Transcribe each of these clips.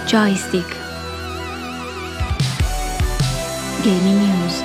Joystick. Gaming News.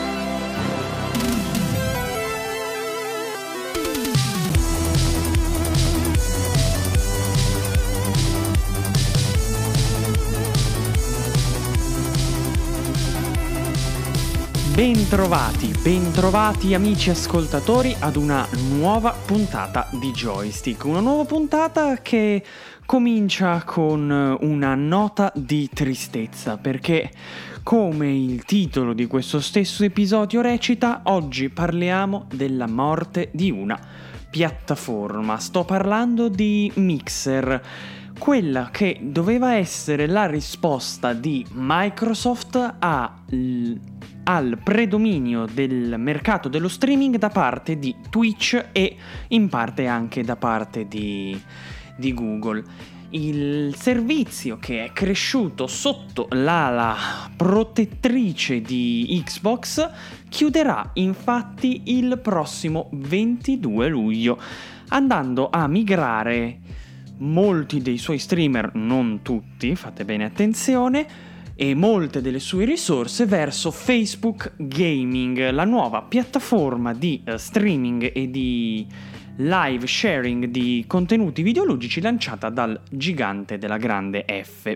Bentrovati amici ascoltatori ad una nuova puntata di Joystick. Una nuova puntata che comincia con una nota di tristezza, perché come il titolo di questo stesso episodio recita, oggi parliamo della morte di una piattaforma. Sto parlando di Mixer, quella che doveva essere la risposta di Microsoft al predominio del mercato dello streaming da parte di Twitch e in parte anche da parte di Google. Il servizio che è cresciuto sotto l'ala protettrice di Xbox chiuderà infatti il prossimo 22 luglio, andando a migrare molti dei suoi streamer, non tutti, fate bene attenzione, e molte delle sue risorse verso Facebook Gaming, la nuova piattaforma di streaming e di live sharing di contenuti videoludici lanciata dal gigante della grande F.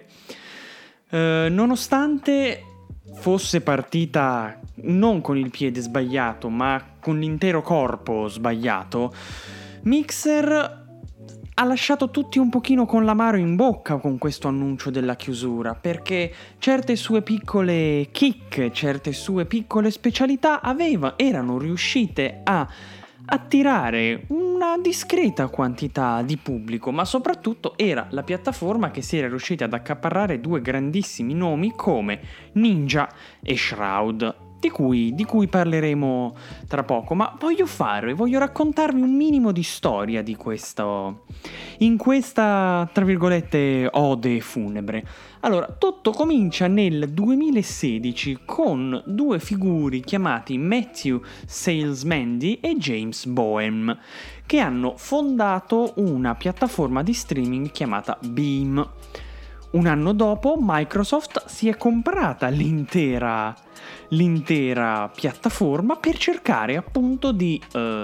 Nonostante fosse partita non con il piede sbagliato, ma con l'intero corpo sbagliato, Mixer ha lasciato tutti un pochino con l'amaro in bocca con questo annuncio della chiusura, perché certe sue piccole chicche, certe sue piccole specialità erano riuscite a attirare una discreta quantità di pubblico, ma soprattutto era la piattaforma che si era riuscita ad accaparrare due grandissimi nomi come Ninja e Shroud, di cui parleremo tra poco, ma voglio raccontarvi un minimo di storia di questo, in questa, tra virgolette, ode funebre. Allora, tutto comincia nel 2016 con due figuri chiamati Matthew Salesmandy e James Boehm, che hanno fondato una piattaforma di streaming chiamata Beam. Un anno dopo Microsoft si è comprata l'intera piattaforma per cercare appunto di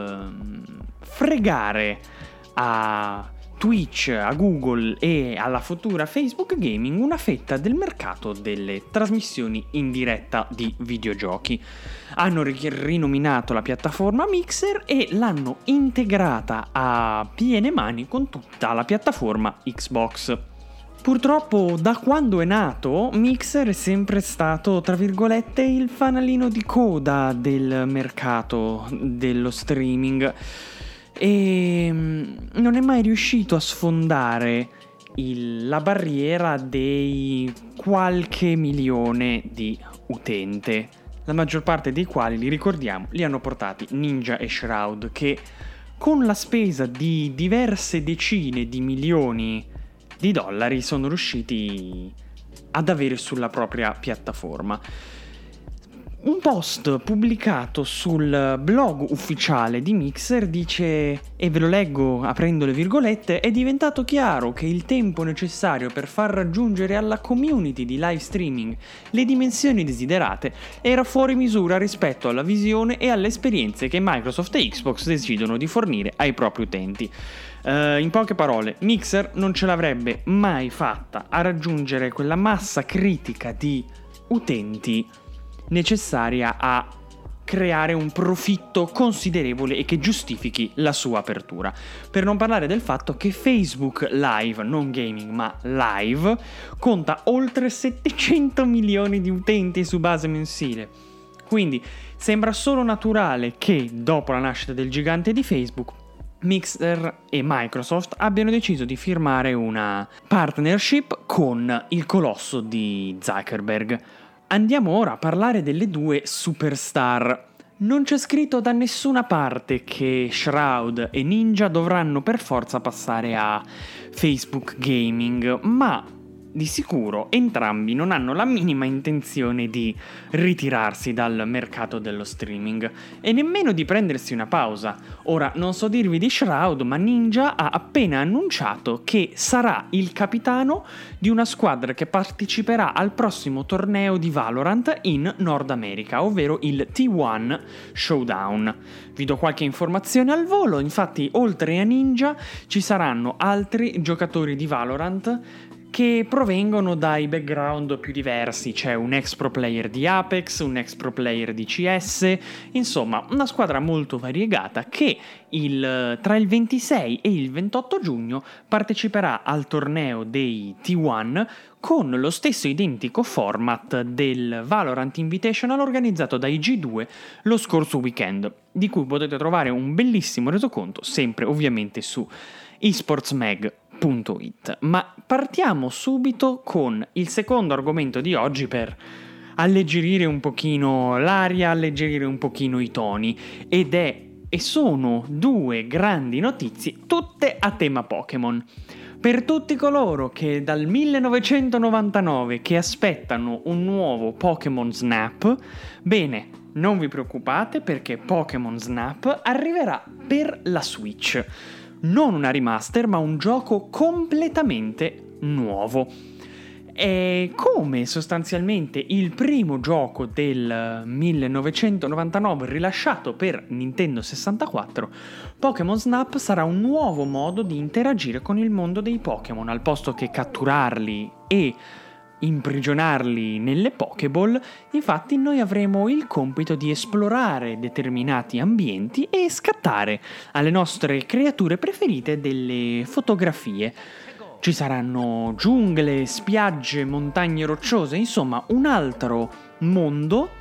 fregare a Twitch, a Google e alla futura Facebook Gaming una fetta del mercato delle trasmissioni in diretta di videogiochi. Hanno rinominato la piattaforma Mixer e l'hanno integrata a piene mani con tutta la piattaforma Xbox. Purtroppo da quando è nato Mixer è sempre stato, tra virgolette, il fanalino di coda del mercato dello streaming e non è mai riuscito a sfondare la barriera dei qualche milione di utente, la maggior parte dei quali, li ricordiamo, li hanno portati Ninja e Shroud, che con la spesa di diverse decine di milioni di dollari sono riusciti ad avere sulla propria piattaforma. Un post pubblicato sul blog ufficiale di Mixer dice, e ve lo leggo aprendo le virgolette: è diventato chiaro che il tempo necessario per far raggiungere alla community di live streaming le dimensioni desiderate era fuori misura rispetto alla visione e alle esperienze che Microsoft e Xbox decidono di fornire ai propri utenti. In poche parole, Mixer non ce l'avrebbe mai fatta a raggiungere quella massa critica di utenti necessaria a creare un profitto considerevole e che giustifichi la sua apertura. Per non parlare del fatto che Facebook Live, non gaming ma live, conta oltre 700 milioni di utenti su base mensile. Quindi sembra solo naturale che dopo la nascita del gigante di Facebook, Mixer e Microsoft abbiano deciso di firmare una partnership con il colosso di Zuckerberg. Andiamo ora a parlare delle due superstar. Non c'è scritto da nessuna parte che Shroud e Ninja dovranno per forza passare a Facebook Gaming, ma di sicuro entrambi non hanno la minima intenzione di ritirarsi dal mercato dello streaming e nemmeno di prendersi una pausa. Ora, non so dirvi di Shroud, ma Ninja ha appena annunciato che sarà il capitano di una squadra che parteciperà al prossimo torneo di Valorant in Nord America, ovvero il T1 Showdown. Vi do qualche informazione al volo, infatti oltre a Ninja ci saranno altri giocatori di Valorant che provengono dai background più diversi. C'è un ex pro player di Apex, un ex pro player di CS, insomma una squadra molto variegata che tra il 26 e il 28 giugno parteciperà al torneo dei T1 con lo stesso identico format del Valorant Invitational organizzato dai G2 lo scorso weekend, di cui potete trovare un bellissimo resoconto sempre ovviamente su esportsmag.it. Ma partiamo subito con il secondo argomento di oggi per alleggerire un pochino l'aria, alleggerire un pochino i toni, e sono due grandi notizie tutte a tema Pokémon. Per tutti coloro che dal 1999 che aspettano un nuovo Pokémon Snap, bene, non vi preoccupate perché Pokémon Snap arriverà per la Switch. Non una remaster, ma un gioco completamente nuovo. È come sostanzialmente il primo gioco del 1999 rilasciato per Nintendo 64, Pokémon Snap sarà un nuovo modo di interagire con il mondo dei Pokémon. Al posto che catturarli e imprigionarli nelle Pokéball, infatti noi avremo il compito di esplorare determinati ambienti e scattare alle nostre creature preferite delle fotografie. Ci saranno giungle, spiagge, montagne rocciose, insomma un altro mondo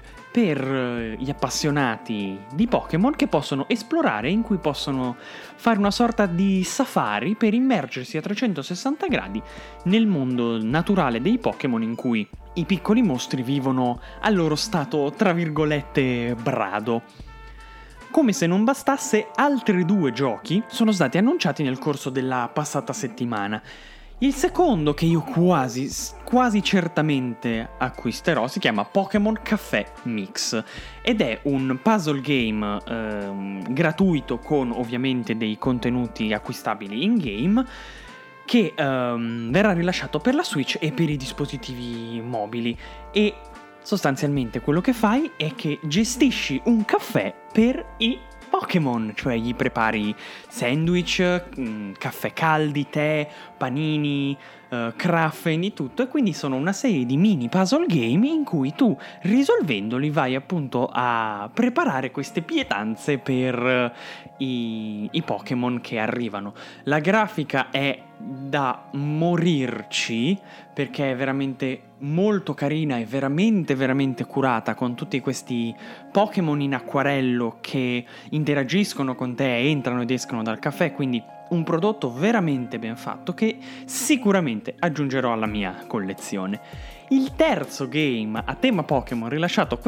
per gli appassionati di Pokémon che possono esplorare, in cui possono fare una sorta di safari per immergersi a 360 gradi nel mondo naturale dei Pokémon, in cui i piccoli mostri vivono al loro stato, tra virgolette, brado. Come se non bastasse, altri due giochi sono stati annunciati nel corso della passata settimana. Il secondo, che io quasi certamente acquisterò, si chiama Pokémon Café Mix ed è un puzzle game gratuito con ovviamente dei contenuti acquistabili in game, che verrà rilasciato per la Switch e per i dispositivi mobili. E sostanzialmente quello che fai è che gestisci un caffè per i Pokémon, cioè gli prepari sandwich, caffè caldi, tè, panini, craffen, di tutto, e quindi sono una serie di mini puzzle game in cui tu, risolvendoli, vai appunto a preparare queste pietanze per i Pokémon che arrivano. La grafica è da morirci perché è veramente molto carina e veramente curata, con tutti questi Pokémon in acquarello che interagiscono con te e entrano ed escono dal caffè, quindi un prodotto veramente ben fatto che sicuramente aggiungerò alla mia collezione. Il terzo game a tema Pokémon rilasciato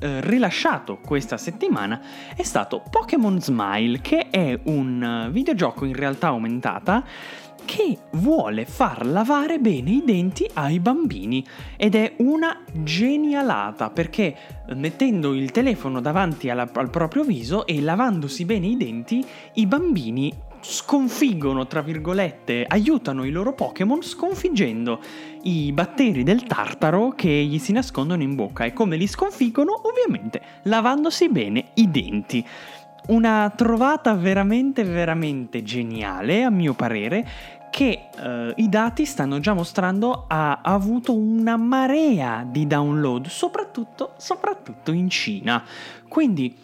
questa settimana è stato Pokémon Smile, che è un videogioco in realtà aumentata che vuole far lavare bene i denti ai bambini, ed è una genialata, perché mettendo il telefono davanti al proprio viso e lavandosi bene i denti, i bambini sconfiggono, tra virgolette, aiutano i loro Pokémon sconfiggendo i batteri del tartaro che gli si nascondono in bocca. E come li sconfiggono? Ovviamente lavandosi bene i denti. Una trovata veramente geniale, a mio parere, che i dati stanno già mostrando ha avuto una marea di download, soprattutto in Cina. Quindi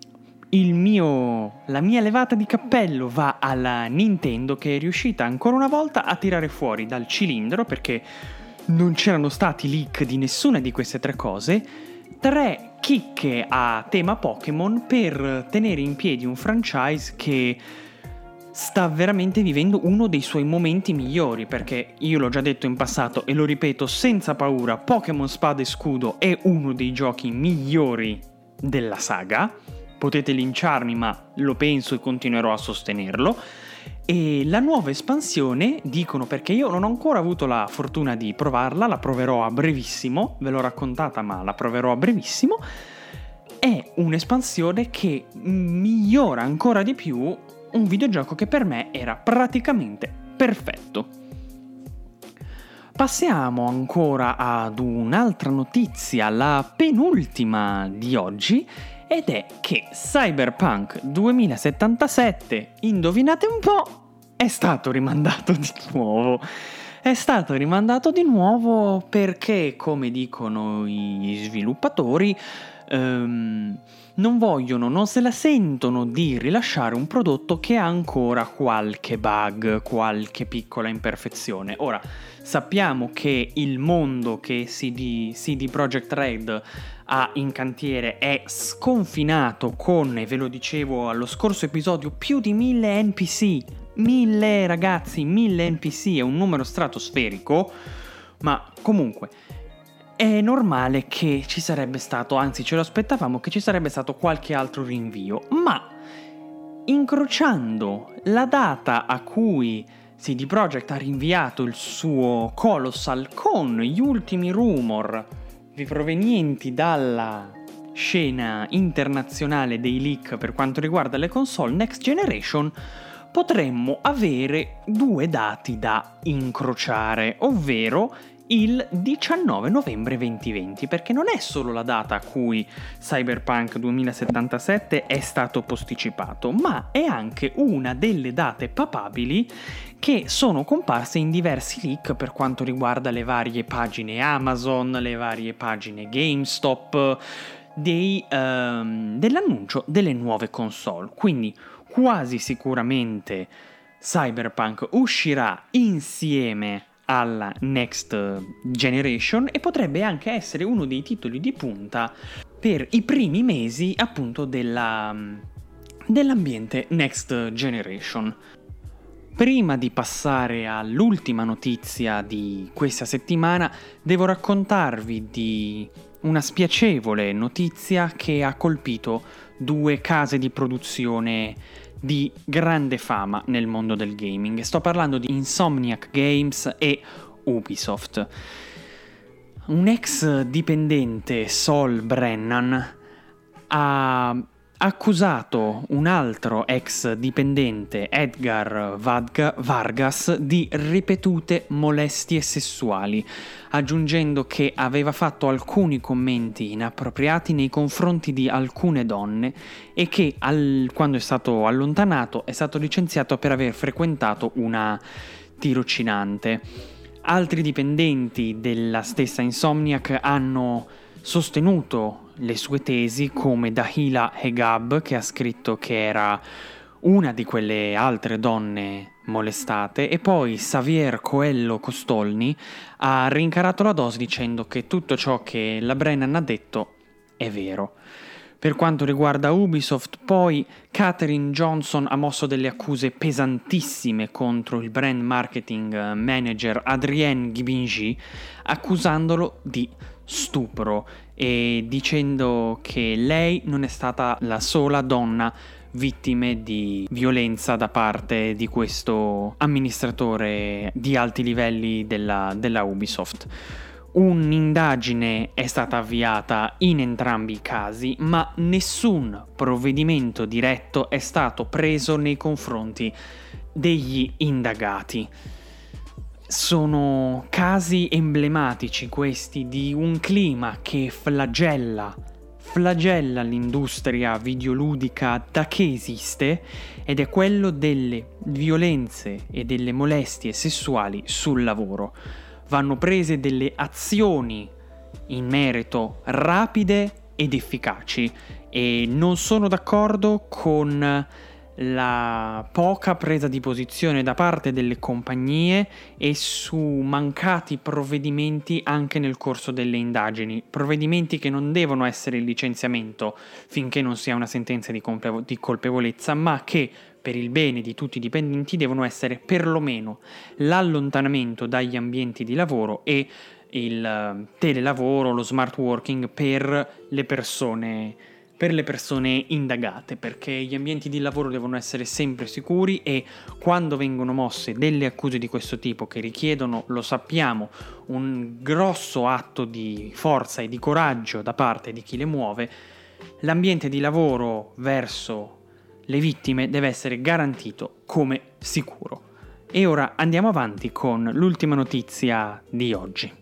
la mia levata di cappello va alla Nintendo, che è riuscita ancora una volta a tirare fuori dal cilindro, perché non c'erano stati leak di nessuna di queste tre cose, 3 chicche a tema Pokémon per tenere in piedi un franchise che sta veramente vivendo uno dei suoi momenti migliori, perché io l'ho già detto in passato e lo ripeto senza paura, Pokémon Spada e Scudo è uno dei giochi migliori della saga. Potete linciarmi, ma lo penso e continuerò a sostenerlo. E la nuova espansione, dicono, perché io non ho ancora avuto la fortuna di provarla, la proverò a brevissimo, ve l'ho raccontata ma la proverò a brevissimo, è un'espansione che migliora ancora di più un videogioco che per me era praticamente perfetto. Passiamo ancora ad un'altra notizia, la penultima di oggi, ed è che Cyberpunk 2077, indovinate un po', è stato rimandato di nuovo. È stato rimandato di nuovo perché, come dicono gli sviluppatori, non se la sentono di rilasciare un prodotto che ha ancora qualche bug, qualche piccola imperfezione. Ora, sappiamo che il mondo che CD Projekt Red ha in cantiere è sconfinato con, e ve lo dicevo allo scorso episodio, più di 1000 NPC. 1000 ragazzi, 1000 NPC è un numero stratosferico, ma comunque è normale che ci sarebbe stato, anzi ce lo aspettavamo, che ci sarebbe stato qualche altro rinvio, ma incrociando la data a cui CD Projekt ha rinviato il suo Colossal con gli ultimi rumor provenienti dalla scena internazionale dei leak per quanto riguarda le console Next Generation, potremmo avere due dati da incrociare, ovvero il 19 novembre 2020, perché non è solo la data a cui Cyberpunk 2077 è stato posticipato, ma è anche una delle date papabili che sono comparse in diversi leak per quanto riguarda le varie pagine Amazon, le varie pagine GameStop, dell'annuncio delle nuove console. Quindi quasi sicuramente Cyberpunk uscirà insieme alla Next Generation e potrebbe anche essere uno dei titoli di punta per i primi mesi appunto dell'ambiente Next Generation. Prima di passare all'ultima notizia di questa settimana, devo raccontarvi di una spiacevole notizia che ha colpito due case di produzione di grande fama nel mondo del gaming. Sto parlando di Insomniac Games e Ubisoft. Un ex dipendente, Saul Brennan, ha accusato un altro ex dipendente, Edgar Vargas, di ripetute molestie sessuali, aggiungendo che aveva fatto alcuni commenti inappropriati nei confronti di alcune donne e che quando è stato allontanato è stato licenziato per aver frequentato una tirocinante. Altri dipendenti della stessa Insomniac hanno sostenuto le sue tesi, come Dahila Hegab, che ha scritto che era una di quelle altre donne molestate, e poi Xavier Coelho Costolni ha rincarato la dose dicendo che tutto ciò che la Brennan ha detto è vero. Per quanto riguarda Ubisoft, poi Catherine Johnson ha mosso delle accuse pesantissime contro il brand marketing manager Adrien Gibingy, accusandolo di stupro e dicendo che lei non è stata la sola donna vittime di violenza da parte di questo amministratore di alti livelli della Ubisoft. Un'indagine è stata avviata in entrambi i casi, ma nessun provvedimento diretto è stato preso nei confronti degli indagati. Sono casi emblematici questi di un clima che flagella l'industria videoludica da che esiste, ed è quello delle violenze e delle molestie sessuali sul lavoro. Vanno prese delle azioni in merito rapide ed efficaci, e non sono d'accordo con la poca presa di posizione da parte delle compagnie e su mancati provvedimenti anche nel corso delle indagini, provvedimenti che non devono essere il licenziamento finché non sia una sentenza di colpevolezza, ma che per il bene di tutti i dipendenti devono essere perlomeno l'allontanamento dagli ambienti di lavoro e il telelavoro, lo smart working per le persone per le persone indagate, perché gli ambienti di lavoro devono essere sempre sicuri e quando vengono mosse delle accuse di questo tipo che richiedono, lo sappiamo, un grosso atto di forza e di coraggio da parte di chi le muove, l'ambiente di lavoro verso le vittime deve essere garantito come sicuro. E ora andiamo avanti con l'ultima notizia di oggi.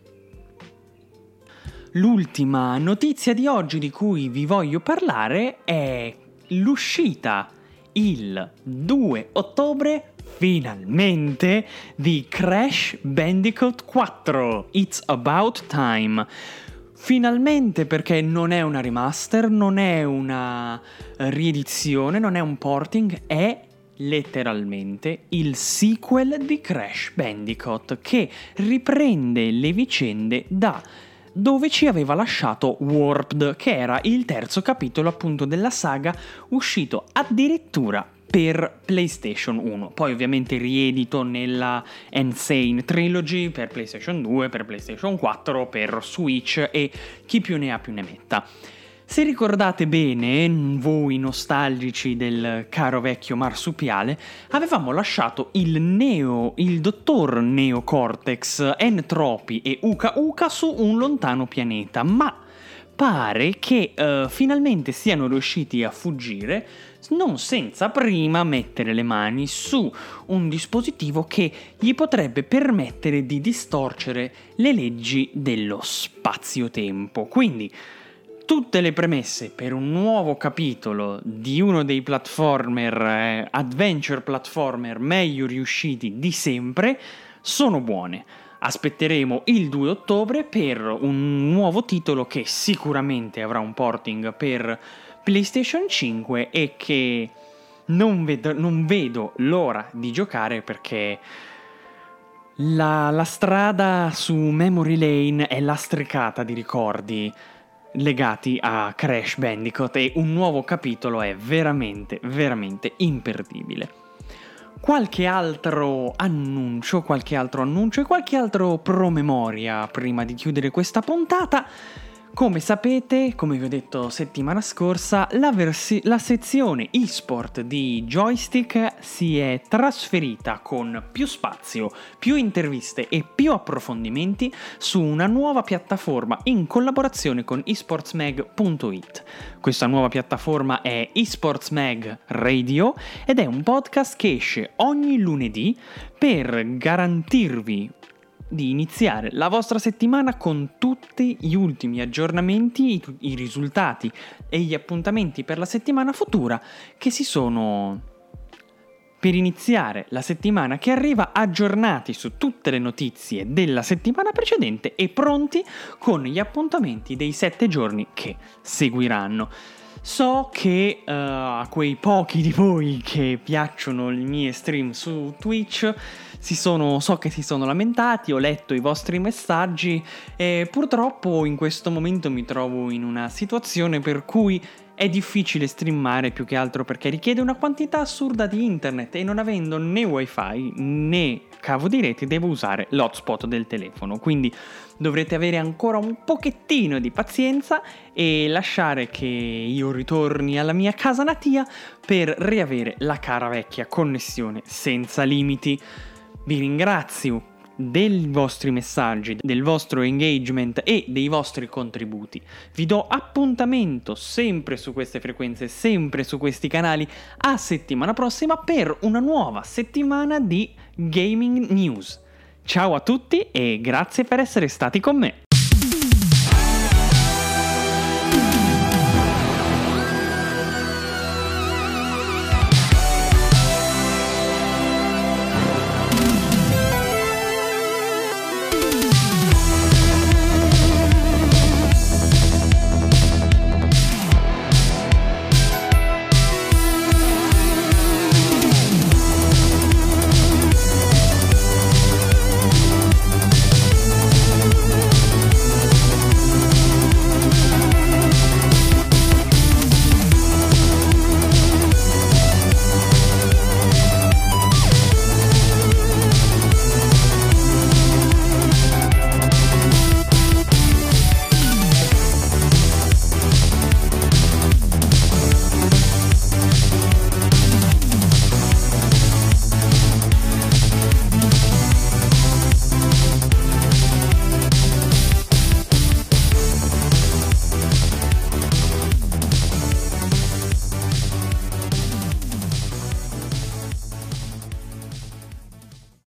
L'ultima notizia di oggi di cui vi voglio parlare è l'uscita il 2 ottobre finalmente di Crash Bandicoot 4. It's about time. Finalmente, perché non è una remaster, non è una riedizione, non è un porting, è letteralmente il sequel di Crash Bandicoot che riprende le vicende da dove ci aveva lasciato Warped, che era il terzo capitolo appunto della saga, uscito addirittura per PlayStation 1, poi ovviamente riedito nella Insane Trilogy per PlayStation 2, per PlayStation 4, per Switch e chi più ne ha più ne metta. Se ricordate bene, voi nostalgici del caro vecchio marsupiale, avevamo lasciato il dottor Neocortex, Entropy e Uka Uka su un lontano pianeta, ma pare che finalmente siano riusciti a fuggire, non senza prima mettere le mani su un dispositivo che gli potrebbe permettere di distorcere le leggi dello spazio-tempo. Quindi tutte le premesse per un nuovo capitolo di uno dei platformer, adventure platformer meglio riusciti di sempre, sono buone. Aspetteremo il 2 ottobre per un nuovo titolo che sicuramente avrà un porting per PlayStation 5 e che non vedo l'ora di giocare, perché la strada su Memory Lane è lastricata di ricordi legati a Crash Bandicoot e un nuovo capitolo è veramente, veramente imperdibile. Qualche altro annuncio e qualche altro promemoria prima di chiudere questa puntata. Come sapete, come vi ho detto settimana scorsa, la sezione eSport di Joystick si è trasferita con più spazio, più interviste e più approfondimenti su una nuova piattaforma in collaborazione con esportsmag.it. Questa nuova piattaforma è eSportsMag Radio ed è un podcast che esce ogni lunedì per garantirvi di iniziare la vostra settimana con tutti gli ultimi aggiornamenti, i risultati e gli appuntamenti per la settimana futura che si sono per iniziare la settimana che arriva, aggiornati su tutte le notizie della settimana precedente e pronti con gli appuntamenti dei 7 giorni che seguiranno. So che a quei pochi di voi che piacciono le mie stream su Twitch so che si sono lamentati, ho letto i vostri messaggi e purtroppo in questo momento mi trovo in una situazione per cui è difficile streamare, più che altro perché richiede una quantità assurda di internet e non avendo né wifi né cavo di rete devo usare l'hotspot del telefono, quindi dovrete avere ancora un pochettino di pazienza e lasciare che io ritorni alla mia casa natia per riavere la cara vecchia connessione senza limiti. Vi ringrazio dei vostri messaggi, del vostro engagement e dei vostri contributi. Vi do appuntamento sempre su queste frequenze, sempre su questi canali a settimana prossima per una nuova settimana di Gaming News. Ciao a tutti e grazie per essere stati con me.